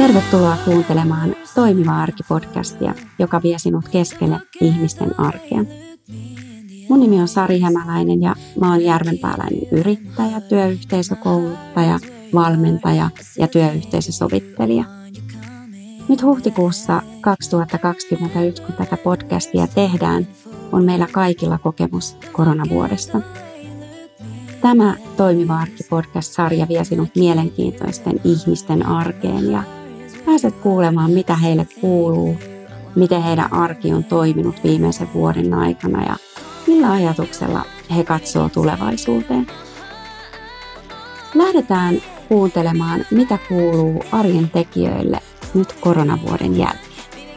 Tervetuloa kuuntelemaan Toimiva arki-podcastia, joka vie sinut keskelle ihmisten arkea. Mun nimi on Sari Hämäläinen ja mä oon järvenpääläinen yrittäjä, työyhteisökouluttaja, valmentaja ja työyhteisösovittelija. Nyt huhtikuussa 2021, kun tätä podcastia tehdään, on meillä kaikilla kokemus koronavuodesta. Tämä Toimiva arki-podcast-sarja vie sinut mielenkiintoisten ihmisten arkeen ja pääset kuulemaan, mitä heille kuuluu, miten heidän arki on toiminut viimeisen vuoden aikana ja millä ajatuksella he katsoo tulevaisuuteen. Lähdetään kuuntelemaan, mitä kuuluu arjen tekijöille nyt koronavuoden jälkeen.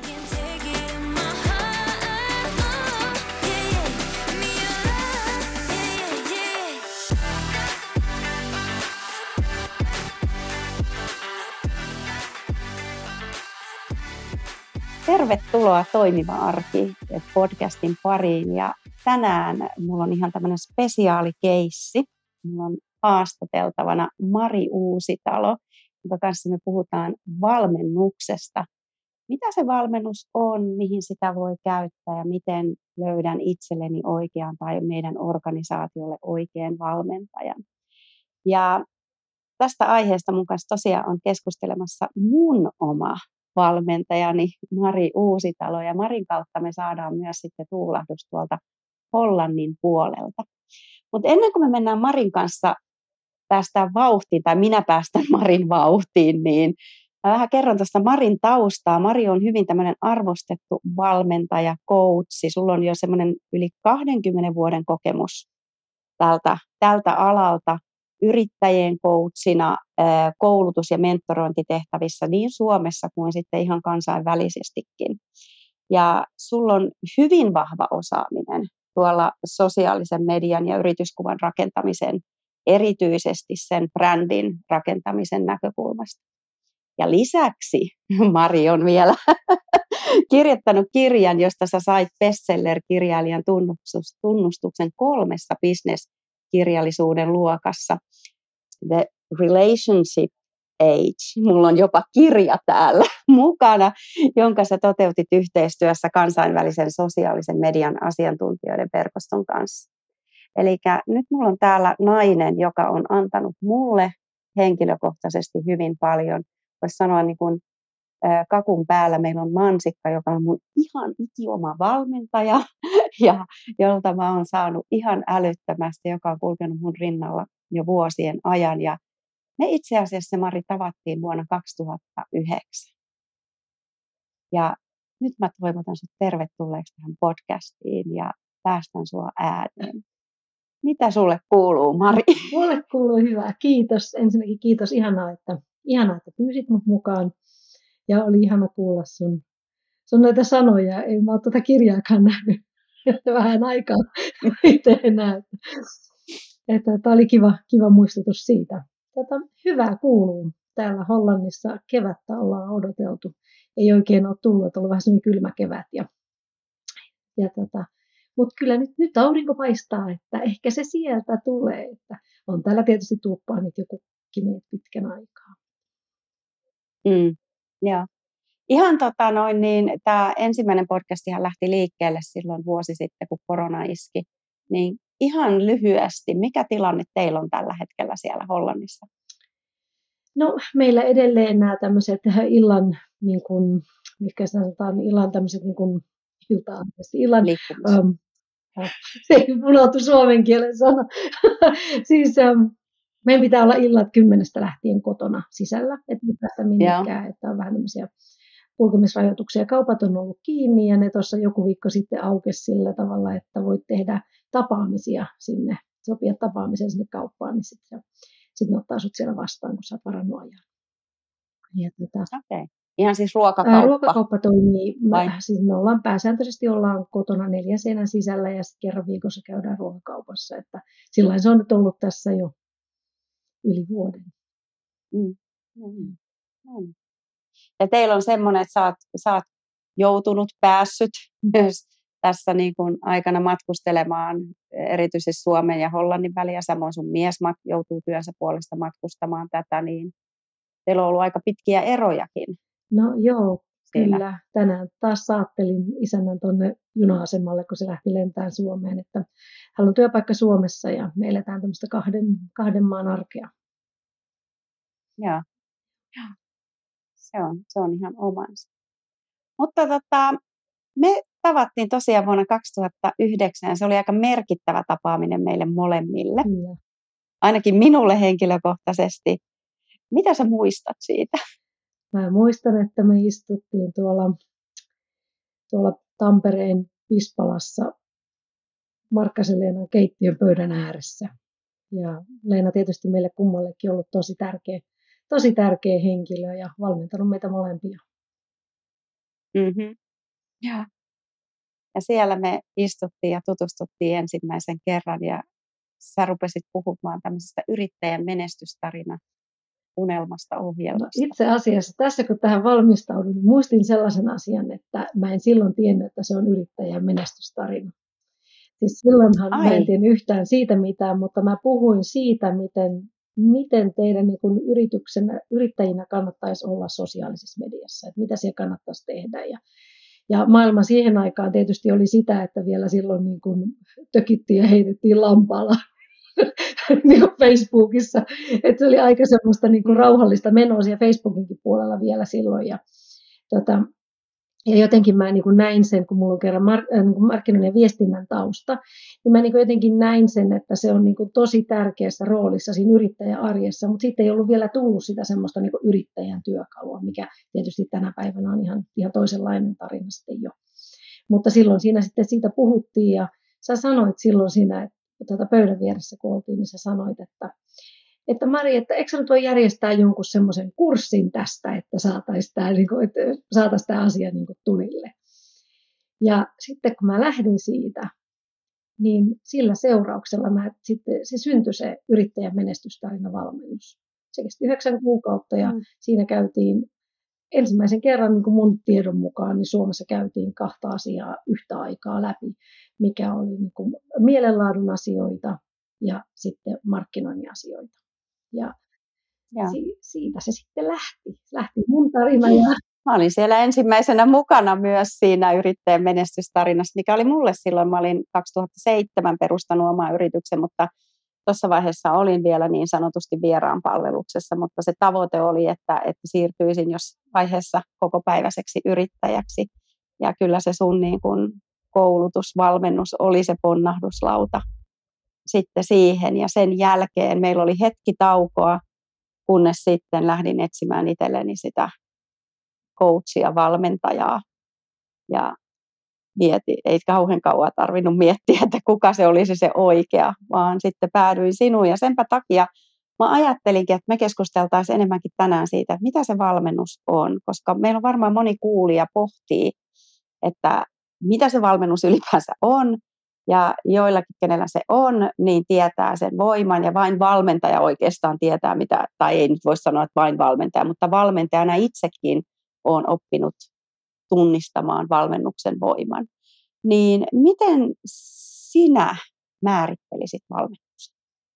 Tervetuloa Toimiva arki podcastin pariin ja tänään mulla on ihan tämmöinen spesiaalikeissi. Mulla on haastateltavana Mari Uusitalo, jonka kanssa me puhutaan valmennuksesta. Mitä se valmennus on, mihin sitä voi käyttää ja miten löydän itselleni oikean tai meidän organisaatiolle oikean valmentajan. Ja tästä aiheesta mun kanssa tosiaan on keskustelemassa mun oma valmentajani Mari Uusitalo, ja Marin kautta me saadaan myös sitten tuulahdus tuolta Hollannin puolelta. Mutta ennen kuin me mennään Marin kanssa päästään vauhtiin, tai minä päästän Marin vauhtiin, niin mä vähän kerron tuosta Marin taustaa. Mari on hyvin tämmöinen arvostettu valmentaja, coachi. Sulla on jo semmoinen yli 20 vuoden kokemus tältä alalta yrittäjien coachina, koulutus- ja mentorointitehtävissä niin Suomessa kuin sitten ihan kansainvälisestikin. Ja sulla on hyvin vahva osaaminen tuolla sosiaalisen median ja yrityskuvan rakentamisen, erityisesti sen brändin rakentamisen näkökulmasta. Ja lisäksi Mari on vielä kirjoittanut kirjan, josta sä sait bestseller-kirjailijan tunnustuksen 3 business-kirjallisuuden luokassa. The Relationship Age. Mulla on jopa kirja täällä mukana, jonka sä toteutit yhteistyössä kansainvälisen sosiaalisen median asiantuntijoiden verkoston kanssa. Eli nyt mulla on täällä nainen, joka on antanut mulle henkilökohtaisesti hyvin paljon. Voisi sanoa niin kuin kakun päällä meillä on Mansikka, joka on mun ihan ikioma valmentaja ja jolta mä oon saanut ihan älyttömästi, joka on kulkenut mun rinnalla jo vuosien ajan. Ja me itse asiassa, Mari, tavattiin vuonna 2009. Ja nyt mä toivotan sut tervetulleeksi tähän podcastiin ja päästän sua ääneen. Mitä sulle kuuluu, Mari? Mulle kuuluu hyvää. Kiitos. Ensinnäkin kiitos. Ihanaa, että pyysit mut mukaan. Ja oli ihana kuulla sun näitä sanoja. Ei mä ole tuota kirjaakaan nähnyt vähän aikaa itse enää. Tämä oli kiva muistutus siitä. Hyvää kuuluu. Täällä Hollannissa kevättä ollaan odoteltu. Ei oikein ole tullut, että on ollut vähän sellainen kylmä kevät. Mutta kyllä nyt aurinko paistaa, että ehkä se sieltä tulee. Että on täällä tietysti tuuppaanit jo kukkineet pitkän aikaa. Joo. Ihan tämä ensimmäinen podcastihan lähti liikkeelle silloin vuosi sitten, kun korona iski. Niin ihan lyhyesti, mikä tilanne teillä on tällä hetkellä siellä Hollannissa? No meillä edelleen nämä tämmöiset illan, niin kuin, mitkä sanotaan, illan tämmöiset niin kuin illan se unohtui suomen kielen sana. Siis meidän pitää olla illat 10 lähtien kotona sisällä, että ei päästä minnekään, että on vähän tämmöisiä kulkemisrajoituksia. Kaupat on ollut kiinni ja ne tuossa joku viikko sitten aukesi sillä tavalla, että voit tehdä tapaamisia sinne, sopia tapaamisen sinne kauppaan, niin sitten ottaa sut siellä vastaan, kun sä oot varannut ajan. Okei. Ihan siis ruokakauppa? Ruokakauppa toimii. Siis me ollaan pääsääntöisesti kotona 4 seinän sisällä ja sitten kerran viikossa käydään ruokakaupassa. Että sillain se on nyt ollut tässä jo yli vuoden. Ja teillä on semmoinen, että sä oot päässyt myös tässä niin kuin aikana matkustelemaan erityisesti Suomen ja Hollannin väliä. Samoin sun mies joutuu työnsä puolesta matkustamaan tätä, niin teillä on ollut aika pitkiä erojakin No joo, siinä. kyllä. Tänään taas saattelin isännän tuonne juna-asemalle, kun se lähti lentämään Suomeen, että hän on työpaikka Suomessa ja me eletään tämmöistä kahden maan arkea. Joo. Se on ihan omansa. Mutta me tavattiin tosiaan vuonna 2009 ja se oli aika merkittävä tapaaminen meille molemmille. Kyllä. Ainakin minulle henkilökohtaisesti. Mitä sä muistat siitä? Mä muistan, että me istuttiin tuolla Tampereen Pispalassa Markkasen Leenan keittiön pöydän ääressä. Ja Leena tietysti meille kummallekin ollut tosi tärkeä henkilö ja valmentanut meitä molempia. Mm-hmm. Ja siellä me istuttiin ja tutustuttiin ensimmäisen kerran ja sä rupesit puhumaan tämmöisestä yrittäjän menestystarina unelmasta ohjelmasta. No itse asiassa tässä kun tähän valmistaudun, niin muistin sellaisen asian, että mä en silloin tiennyt, että se on yrittäjän menestystarina. Siis silloinhan mä en tiennyt yhtään siitä mitään, mutta mä puhuin siitä, miten teidän niin kuin yrittäjinä kannattaisi olla sosiaalisessa mediassa, että mitä siellä kannattaisi tehdä. Ja maailma siihen aikaan tietysti oli sitä, että vielä silloin niin kuin tökittiin ja heitettiin lampaalla niin kuin Facebookissa. Että se oli aika semmoista niin kuin rauhallista menoa siellä Facebookinkin puolella vielä silloin. Ja jotenkin mä niin kuin näin sen, kun mulla on kerran markkinoinnin ja viestinnän tausta, niin mä niin kuin jotenkin näin sen, että se on niin kuin tosi tärkeässä roolissa siinä yrittäjän arjessa, mutta sitten ei ollut vielä tullut sitä semmoista niin kuin yrittäjän työkalua, mikä tietysti tänä päivänä on ihan toisenlainen tarina sitten jo. Mutta silloin siinä sitten siitä puhuttiin ja sä sanoit silloin siinä, että pöydän vieressä kun oltiin, niin sä sanoit, että Mari, että eikö sä nyt voi järjestää jonkun semmoisen kurssin tästä, että saataisiin tämä asia niin kuin tulille. Ja sitten kun mä lähdin siitä, niin sillä seurauksella se syntyi se yrittäjän menestystarina valmennus. Se kesti 9 kuukautta ja siinä käytiin ensimmäisen kerran niin kuin mun tiedon mukaan, niin Suomessa käytiin 2 asiaa yhtä aikaa läpi, mikä oli niin kuin mielenlaadun asioita ja sitten markkinoinnin asioita. Ja siitä se sitten lähti mun tarina. Mä olin siellä ensimmäisenä mukana myös siinä yrittäjän menestystarinassa, mikä oli mulle silloin. Mä olin 2007 perustanut oman yrityksen, mutta tuossa vaiheessa olin vielä niin sanotusti vieraan palveluksessa, mutta se tavoite oli, että siirtyisin jos vaiheessa kokopäiväiseksi yrittäjäksi. Ja kyllä se sun niin kun koulutus, valmennus oli se ponnahduslauta sitten siihen. Ja sen jälkeen meillä oli hetki taukoa, kunnes sitten lähdin etsimään itselleni sitä coachia, valmentajaa. Ja ei kauhean kauan tarvinnut miettiä, että kuka se olisi se oikea, vaan sitten päädyin sinuun. Ja senpä takia mä ajattelinkin, että me keskusteltaisiin enemmänkin tänään siitä, että mitä se valmennus on. Koska meillä on varmaan moni kuulija pohtii, että mitä se valmennus ylipäänsä on. Ja joillakin, kenellä se on, niin tietää sen voiman ja vain valmentaja oikeastaan tietää mitä, tai ei nyt voi sanoa, että vain valmentaja, mutta valmentajana itsekin olen oppinut tunnistamaan valmennuksen voiman. Niin miten sinä määrittelisit valmennuksen?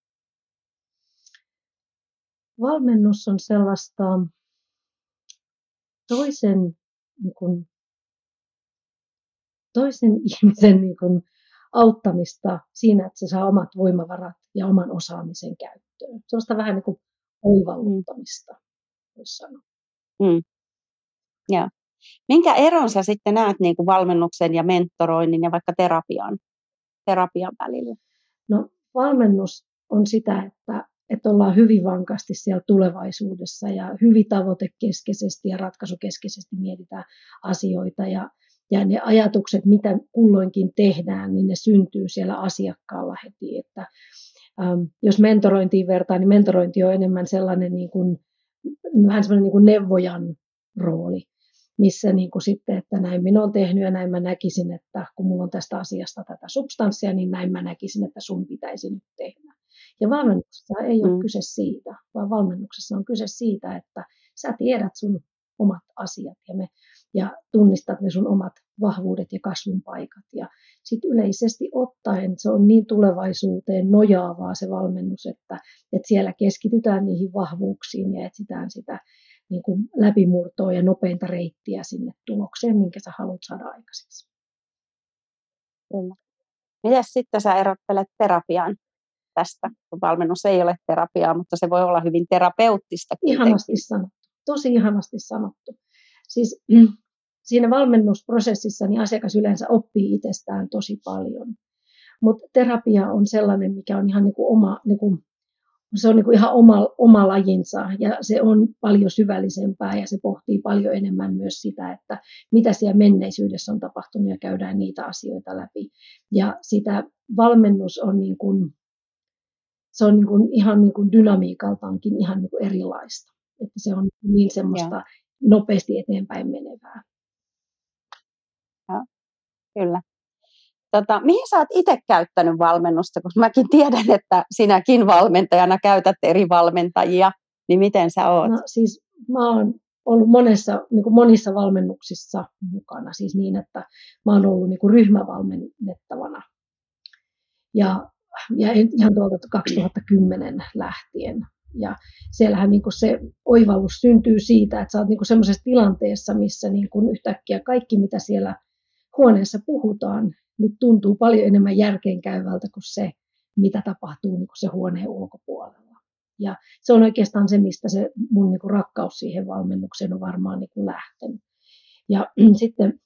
Valmennus on sellaista toisen ihmisen niin kuin auttamista siinä, että se saa omat voimavarat ja oman osaamisen käyttöön. Sellaista vähän niin kuin oivalluttamista, voisi sanoa. Ja. Minkä eron sä sitten näet niin kuin valmennuksen ja mentoroinnin ja vaikka terapian välillä? No valmennus on sitä, että ollaan hyvin vankasti siellä tulevaisuudessa ja hyvin tavoitekeskeisesti ja ratkaisukeskeisesti mietitään asioita ja ne ajatukset, mitä kulloinkin tehdään, niin ne syntyy siellä asiakkaalla heti. Että, jos mentorointiin vertaa, niin mentorointi on enemmän sellainen vähän sellainen niin kuin neuvojan rooli, missä niin kuin sitten, että näin minä olen tehnyt ja näin mä näkisin, että kun minulla on tästä asiasta tätä substanssia, niin näin mä näkisin, että sun pitäisi nyt tehdä. Ja valmennuksessa ei ole kyse siitä, vaan valmennuksessa on kyse siitä, että sä tiedät sun omat asiat ja tunnistat ne sun omat vahvuudet ja kasvun paikat. Ja sitten yleisesti ottaen se on niin tulevaisuuteen nojaavaa se valmennus, että siellä keskitytään niihin vahvuuksiin ja etsitään sitä niin kuin läpimurtoa ja nopeinta reittiä sinne tulokseen, minkä sä haluat saada aikaiseksi. Kyllä. Miten sitten sä erottelet terapian tästä? Valmennus ei ole terapiaa, mutta se voi olla hyvin terapeuttista. Ihanasti sanottu. Tosi ihanasti sanottu. Siis siinä valmennusprosessissa niin asiakas yleensä oppii itsestään tosi paljon. Mutta terapia on sellainen, mikä on ihan niin kuin oma, niin kuin, se on niin kuin ihan oma lajinsa ja se on paljon syvällisempää ja se pohtii paljon enemmän myös sitä, että mitä siellä menneisyydessä on tapahtunut ja käydään niitä asioita läpi. Ja sitä valmennus on niin kuin, se on niin kuin ihan niin kuin dynamiikaltaankin ihan niin kuin erilaista. Että se on niin semmoista nopeasti eteenpäin menevää. Ja, kyllä. Mihin sä oot itse käyttänyt valmennusta? Koska mäkin tiedän, että sinäkin valmentajana käytät eri valmentajia, niin miten sä oot? No siis mä oon ollut monissa valmennuksissa mukana, siis niin, että mä oon ollut niin kuin ryhmävalmennettavana. Ja ihan tuolta 2010 lähtien. Ja siellähän niin kuin se oivallus syntyy siitä, että sä oot niin kuin semmoisessa tilanteessa, missä niin kuin yhtäkkiä kaikki, mitä siellä huoneessa puhutaan, niin tuntuu paljon enemmän järkeenkäyvältä kuin se, mitä tapahtuu niin kuin se huoneen ulkopuolella. Ja se on oikeastaan se, mistä se mun niin kuin rakkaus siihen valmennukseen on varmaan niin kuin lähtenyt. Ja sitten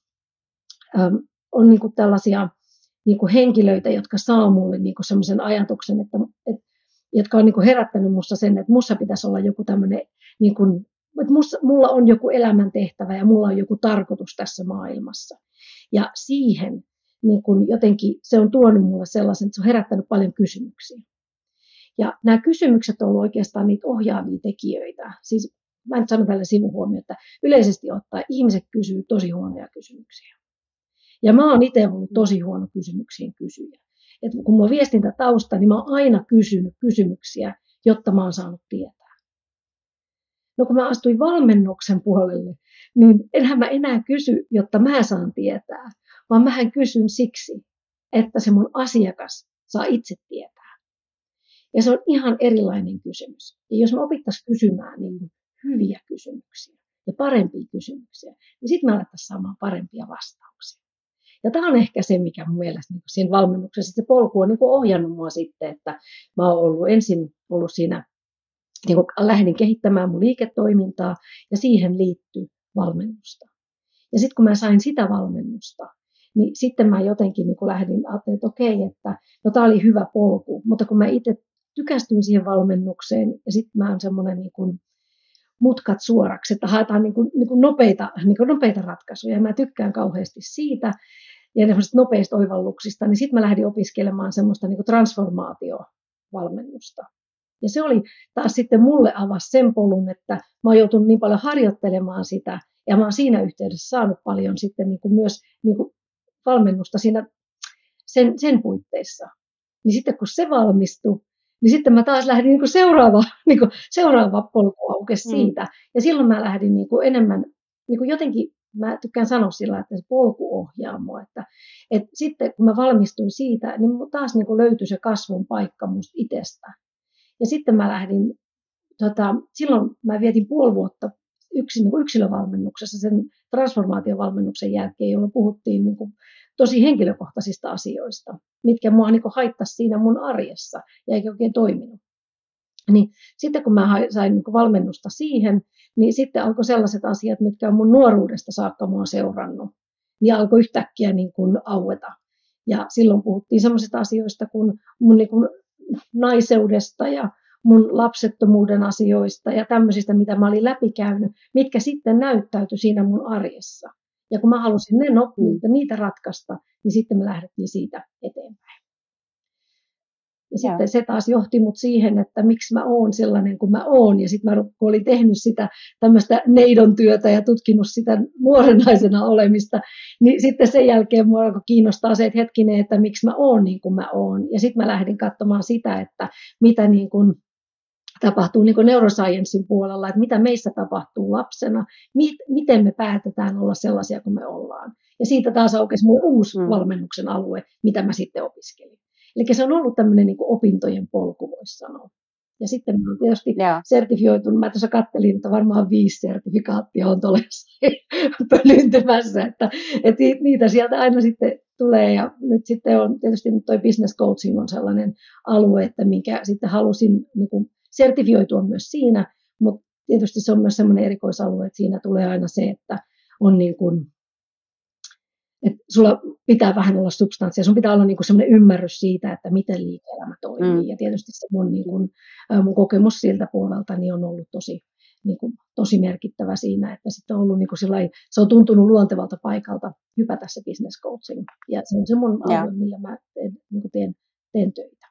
on niin kuin tällaisia niin kuin henkilöitä, jotka saa mulle niin kuin semmoisen ajatuksen, jotka on niin kuin herättänyt musta sen, että musta pitäisi olla joku tämmöinen, niin kuin, että mulla on joku elämäntehtävä ja mulla on joku tarkoitus tässä maailmassa. Ja siihen niin kuin jotenkin se on tuonut mulle sellaisen, että se on herättänyt paljon kysymyksiä. Ja nämä kysymykset on ollut oikeastaan niitä ohjaavia tekijöitä. Siis mä nyt sanon tälle sivuhuomioon, että yleisesti ottaen ihmiset kysyy tosi huonoja kysymyksiä. Ja mä oon itse ollut tosi huono kysymyksien kysyjä. Et kun mulla on viestintätausta, niin mä oon aina kysynyt kysymyksiä, jotta mä oon saanut tietää. No kun mä astuin valmennuksen puolelle, niin enhän mä enää kysy, jotta mä saan tietää, vaan mähän kysyn siksi, että se mun asiakas saa itse tietää. Ja se on ihan erilainen kysymys. Ja jos me opittaisiin kysymään niin hyviä kysymyksiä ja parempia kysymyksiä, niin sitten me alettaisiin saamaan parempia vastauksia. Ja tämä on ehkä se, mikä mun mielestä niin siinä valmennuksessa se polku on niin ohjannut mua sitten, että mä oon ensin ollut siinä, niin lähdin kehittämään mun liiketoimintaa ja siihen liittyy valmennusta. Ja sitten kun mä sain sitä valmennusta, niin sitten mä jotenkin niin lähdin ajattelin, että okei, että no tää oli hyvä polku, mutta kun mä itse tykästyin siihen valmennukseen ja sitten mä oon semmoinen niin kuin mutkat suoraksi, että haetaan niin kuin nopeita ratkaisuja. Ja mä tykkään kauheasti siitä ja nopeista oivalluksista, niin sitten mä lähdin opiskelemaan semmoista niin kuin transformaatiovalmennusta. Ja se oli taas sitten mulle avasi sen polun, että mä oon joutunut niin paljon harjoittelemaan sitä, ja mä oon siinä yhteydessä saanut paljon sitten niin kuin myös niin kuin valmennusta siinä sen puitteissa. Niin sitten kun se valmistui, niin sitten mä taas lähdin niin kuin seuraava polku aukesi siitä. Ja silloin mä lähdin niin kuin enemmän, niin kuin jotenkin, mä tykkään sanoa sillä, että se polku ohjaa mua. Että sitten kun mä valmistuin siitä, niin taas niin kuin löytyi se kasvun paikka musta itsestä. Ja sitten mä lähdin, silloin mä vietin puoli vuotta yksilövalmennuksessa sen transformaatiovalmennuksen jälkeen, jolloin puhuttiin niin kuin tosi henkilökohtaisista asioista, mitkä mua niin kuin haittasi siinä mun arjessa ja eikä oikein toiminut. Niin sitten kun mä sain niin kuin valmennusta siihen, niin sitten alkoi sellaiset asiat, mitkä on mun nuoruudesta saakka mua seurannut, niin alkoi yhtäkkiä niin kuin aueta. Ja silloin puhuttiin sellaisista asioista kuin mun niin kuin naiseudesta ja mun lapsettomuuden asioista ja tämmöisistä, mitä mä olin läpikäynyt, mitkä sitten näyttäytyi siinä mun arjessa. Ja kun mä halusin ne niitä ratkaista, niin sitten me lähdettiin siitä eteenpäin. Ja sitten se taas johti mut siihen, että miksi mä oon sellainen kuin mä oon. Ja sitten kun olin tehnyt sitä tämmöistä neidon työtä ja tutkinut sitä nuorenaisena olemista, niin sitten sen jälkeen mua alkoi kiinnostaa se, että hetkinen, että miksi mä oon niin kuin mä oon. Ja sitten mä lähdin katsomaan sitä, että mitä niin kuin tapahtuu niin kuin neurosciencein puolella, että mitä meissä tapahtuu lapsena, miten me päätetään olla sellaisia kuin me ollaan. Ja siitä taas aukesi mulle uusi valmennuksen alue, mitä mä sitten opiskelin. Eli se on ollut tämmöinen niin kuin opintojen polku, voisi sanoa. Ja sitten mä oon tietysti sertifioitunut. Mä tuossa kattelin, että varmaan 5 sertifikaattia on tuolla pölyntymässä, että niitä sieltä aina sitten tulee. Ja nyt sitten on tietysti toi business coaching on sellainen alue, että minkä sitten halusin niin kuin sertifioitua myös siinä, mutta tietysti se on myös sellainen erikoisalue, että siinä tulee aina se, että on niin kuin, että sulla pitää vähän olla substanssia, sun pitää olla niin kuin sellainen ymmärrys siitä, että miten liike-elämä toimii. Ja tietysti se mun kokemus siltä puolelta niin on ollut tosi merkittävä siinä, että sitten on ollut niin kuin sillai, se on tuntunut luontevalta paikalta hypätä se business coaching. Ja se on se mun alue, millä mä teen töitä.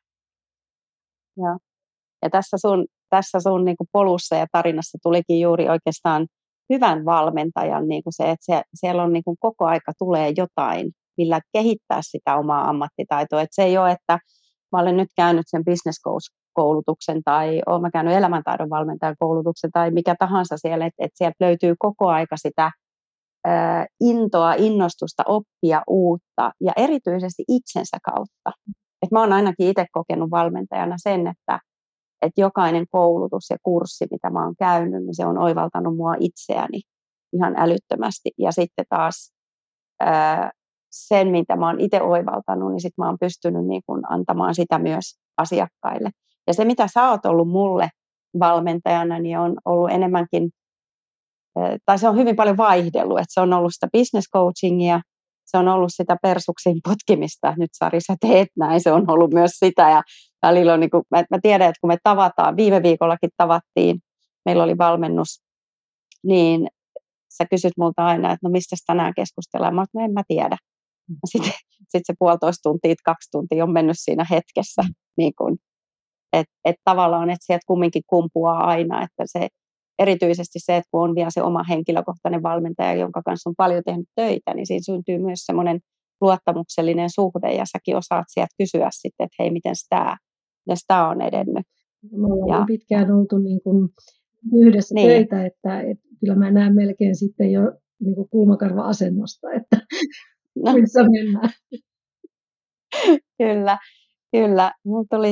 Ja tässä sun niin kuin polussa ja tarinassa tulikin juuri oikeastaan hyvän valmentajan niin kuin se, että siellä on niin kuin koko aika tulee jotain, millä kehittää sitä omaa ammattitaitoa. Että se ei ole, että mä olen nyt käynyt sen business coach-koulutuksen tai olen mä käynyt elämäntaidon valmentajan koulutuksen tai mikä tahansa siellä, että sieltä löytyy koko aika sitä intoa, innostusta oppia uutta ja erityisesti itsensä kautta. Et mä oon ainakin itse kokenut valmentajana sen, että jokainen koulutus ja kurssi, mitä mä oon käynyt, niin se on oivaltanut mua itseäni ihan älyttömästi. Ja sitten taas sen, mitä mä oon itse oivaltanut, niin sitten mä oon pystynyt niin kun antamaan sitä myös asiakkaille. Ja se, mitä sä oot ollut mulle valmentajana, niin on ollut enemmänkin, tai se on hyvin paljon vaihdellut, että se on ollut sitä business coachingia, se on ollut sitä persuksiin potkimista, nyt Sari sä teet näin, se on ollut myös sitä ja välillä on niin kuin, mä tiedän, että kun me tavataan, viime viikollakin tavattiin, meillä oli valmennus, niin sä kysyt multa aina, että no mistä tänään keskustellaan, mä en mä tiedä. Sitten se 1,5 tuntia, 2 tuntia on mennyt siinä hetkessä, niin kuin, että tavallaan, että sieltä kumminkin kumpuaa aina, että se erityisesti se, että kun on vielä se oma henkilökohtainen valmentaja, jonka kanssa on paljon tehnyt töitä, niin siinä syntyy myös semmoinen luottamuksellinen suhde, ja säkin osaat sieltä kysyä sitten, että hei, miten tämä on edennyt. Me ollaan pitkään oltu niin kuin yhdessä töitä, että kyllä mä näen melkein sitten jo niin kuin kulmakarva-asennosta, että missä mennään. Kyllä. Mulla tuli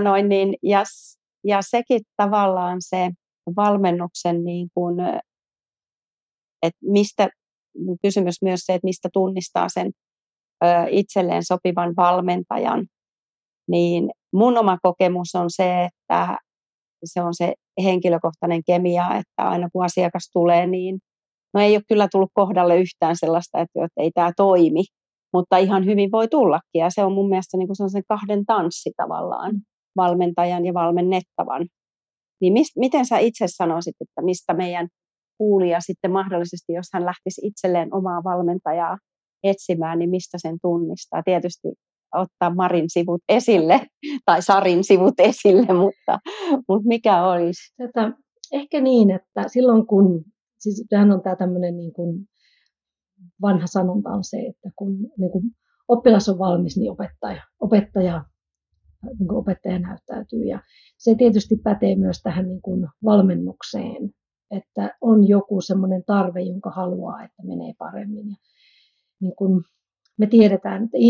ja sekin tavallaan se valmennuksen niin kuin, että mistä, kysymys myös se, että mistä tunnistaa sen itselleen sopivan valmentajan, niin mun oma kokemus on se, että se on se henkilökohtainen kemia, että aina kun asiakas tulee, niin no ei ole kyllä tullut kohdalle yhtään sellaista, että ei tämä toimi, mutta ihan hyvin voi tullakin, ja se on mun mielestä niin kuin sellaisen kahden tanssi tavallaan, valmentajan ja valmennettavan. Niin miten sä itse sanoisit, että mistä meidän kuulija sitten mahdollisesti, jos hän lähtisi itselleen omaa valmentajaa etsimään, niin mistä sen tunnistaa? Tietysti ottaa Marin sivut esille tai Sarin sivut esille, mutta mikä olisi? Ehkä niin, että silloin kun, siis sehän on tämä tämmöinen niin kuin vanha sanonta on se, että kun niin kuin oppilas on valmis, niin opettaja näyttäytyy. Ja se tietysti pätee myös tähän niin kuin valmennukseen, että on joku semmoinen tarve, jonka haluaa, että menee paremmin. Ja niin kuin me tiedetään, että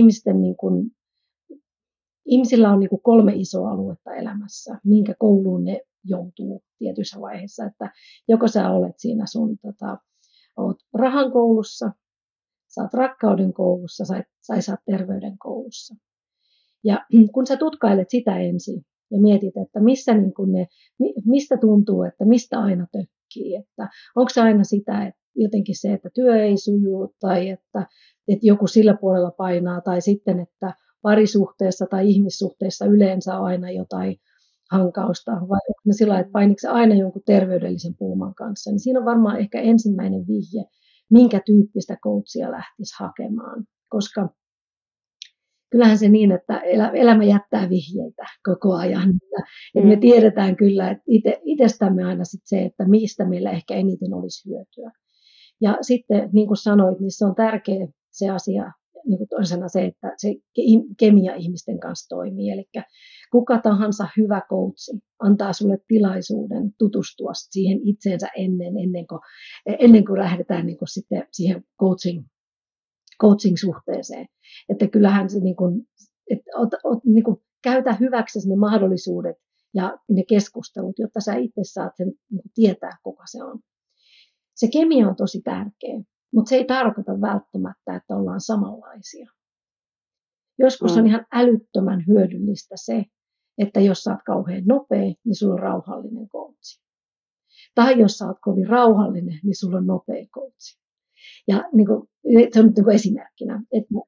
ihmisillä on niin kuin 3 isoa aluetta elämässä, minkä kouluun ne joutuu tietyissä vaiheessa. Että joko sä olet siinä oot rahan koulussa, sä oot rakkauden koulussa tai sä oot terveyden koulussa. Ja kun sä tutkailet sitä ensin ja mietit, että mistä tuntuu, että mistä aina tökkii, että onko se aina sitä, että jotenkin se, että työ ei suju tai että joku sillä puolella painaa tai sitten, että parisuhteessa tai ihmissuhteessa yleensä on aina jotain hankausta vai onko ne sillä, että painitko aina jonkun terveydellisen pulman kanssa, niin siinä on varmaan ehkä ensimmäinen vihje, minkä tyyppistä coachia lähtisi hakemaan, koska kyllähän se niin, että elämä jättää vihjeitä koko ajan. Että me tiedetään kyllä, että itsestämme aina sit se, että mistä meillä ehkä eniten olisi hyötyä. Ja sitten, niin kuin sanoit, niin se on tärkeä se asia, niin kuin toisena se, että se kemia ihmisten kanssa toimii. Eli kuka tahansa hyvä coachi antaa sulle tilaisuuden tutustua siihen itseensä ennen kuin lähdetään niin kuin sitten siihen coaching-suhteeseen. Että kyllähän se niin kuin, niin kuin käytä hyväksi ne mahdollisuudet ja ne keskustelut, jotta sä itse saat sen niin kuin tietää, kuka se on. Se kemia on tosi tärkeä, mutta se ei tarkoita välttämättä, että ollaan samanlaisia. Joskus on ihan älyttömän hyödyllistä se, että jos sä oot kauhean nopea, niin sulla on rauhallinen coachi. Tai jos sä oot kovin rauhallinen, niin sulla on nopea coachi. Ja niin kuin, se on nyt niin kuin esimerkkinä.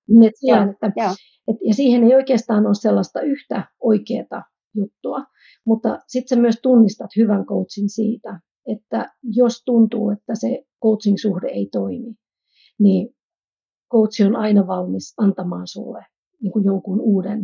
Ja siihen ei oikeastaan ole sellaista yhtä oikeaa juttua, mutta sitten sä myös tunnistat hyvän coachin siitä, että jos tuntuu, että se coaching-suhde ei toimi, niin coach on aina valmis antamaan sulle niin kuin jonkun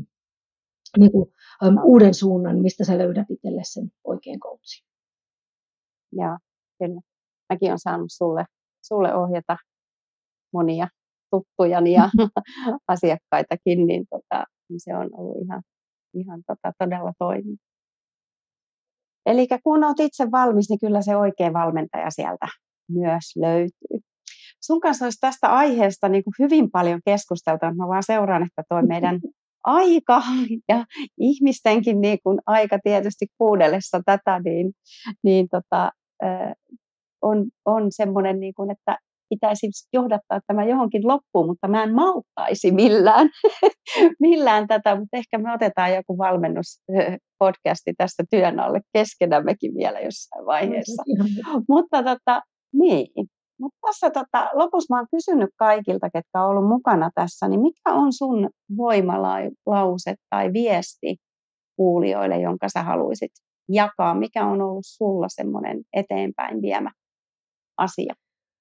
uuden suunnan, mistä sä löydät itselle sen oikean coachin. Joo, kyllä. Mäkin olen saanut sulle ohjata monia tuttujani ja asiakkaitakin, niin se on ollut ihan todella toimiva. Eli kun olet itse valmis, niin kyllä se oikea valmentaja sieltä myös löytyy. Sun kanssa olisi tästä aiheesta niin kuin hyvin paljon keskusteltu. Mä vaan seuraan, että tuo meidän aika ja ihmistenkin niin kuin aika tietysti kuunnellessa tätä, on semmoinen, niin kuin, että pitäisi johdattaa tämä johonkin loppuun, mutta mä en malttaisi millään tätä, mutta ehkä me otetaan joku valmennuspodcasti tästä työn alle keskenämmekin vielä jossain vaiheessa. Mutta tässä lopussa mä oon kysynyt kaikilta, ketkä on ollut mukana tässä, niin mikä on sun voimalause tai viesti kuulijoille, jonka sä haluaisit jakaa? Mikä on ollut sulla semmoinen eteenpäin viemä asia?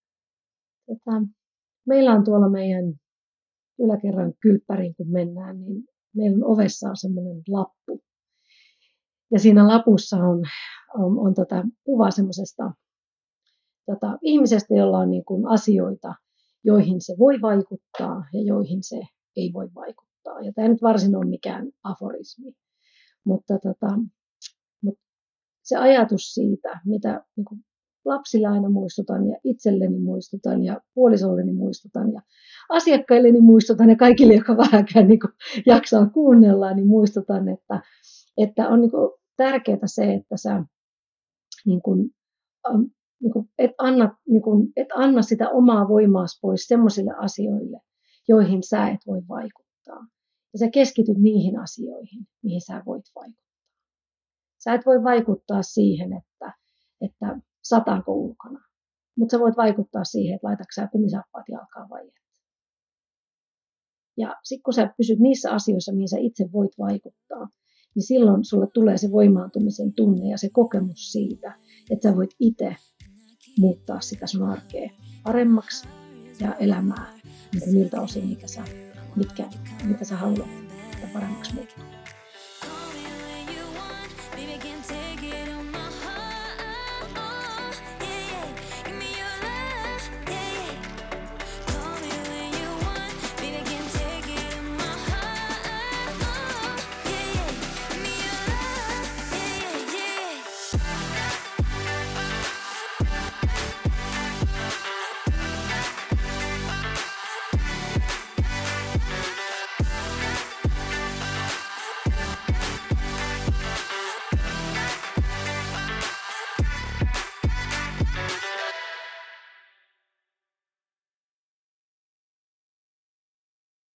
Meillä on tuolla meidän yläkerran kylppäriin, kun mennään, niin meillä on ovessa semmoinen lappu. Ja siinä lapussa on kuva semmoisesta ihmisestä, jolla on niin kuin asioita, joihin se voi vaikuttaa ja joihin se ei voi vaikuttaa. Ja tämä ei nyt varsin ole mikään aforismi, mutta se ajatus siitä, mitä niin kuin lapsille aina muistutan ja itselleni muistutan ja puolisolleni muistutan ja asiakkailleni muistutan ja kaikille, jotka vähänkään niin kuin jaksaa kuunnella, niin muistutan, että on niin kuin tärkeää se, että sä et anna sitä omaa voimaasi pois semmoisille asioille, joihin sä et voi vaikuttaa. Ja sä keskityt niihin asioihin, mihin sä voit vaikuttaa. Sä et voi vaikuttaa siihen, että sataanko ulkona, mutta sä voit vaikuttaa siihen, että laitatko sä kumisappaat jalkaan vai et. Ja sitten kun sä pysyt niissä asioissa, mihin sä itse voit vaikuttaa, niin silloin sulle tulee se voimaantumisen tunne ja se kokemus siitä, että sä voit itse muuttaa sitä sun arkea paremmaksi ja elämää niiltä osin, mitä sä haluat paremmaksi muuttaa.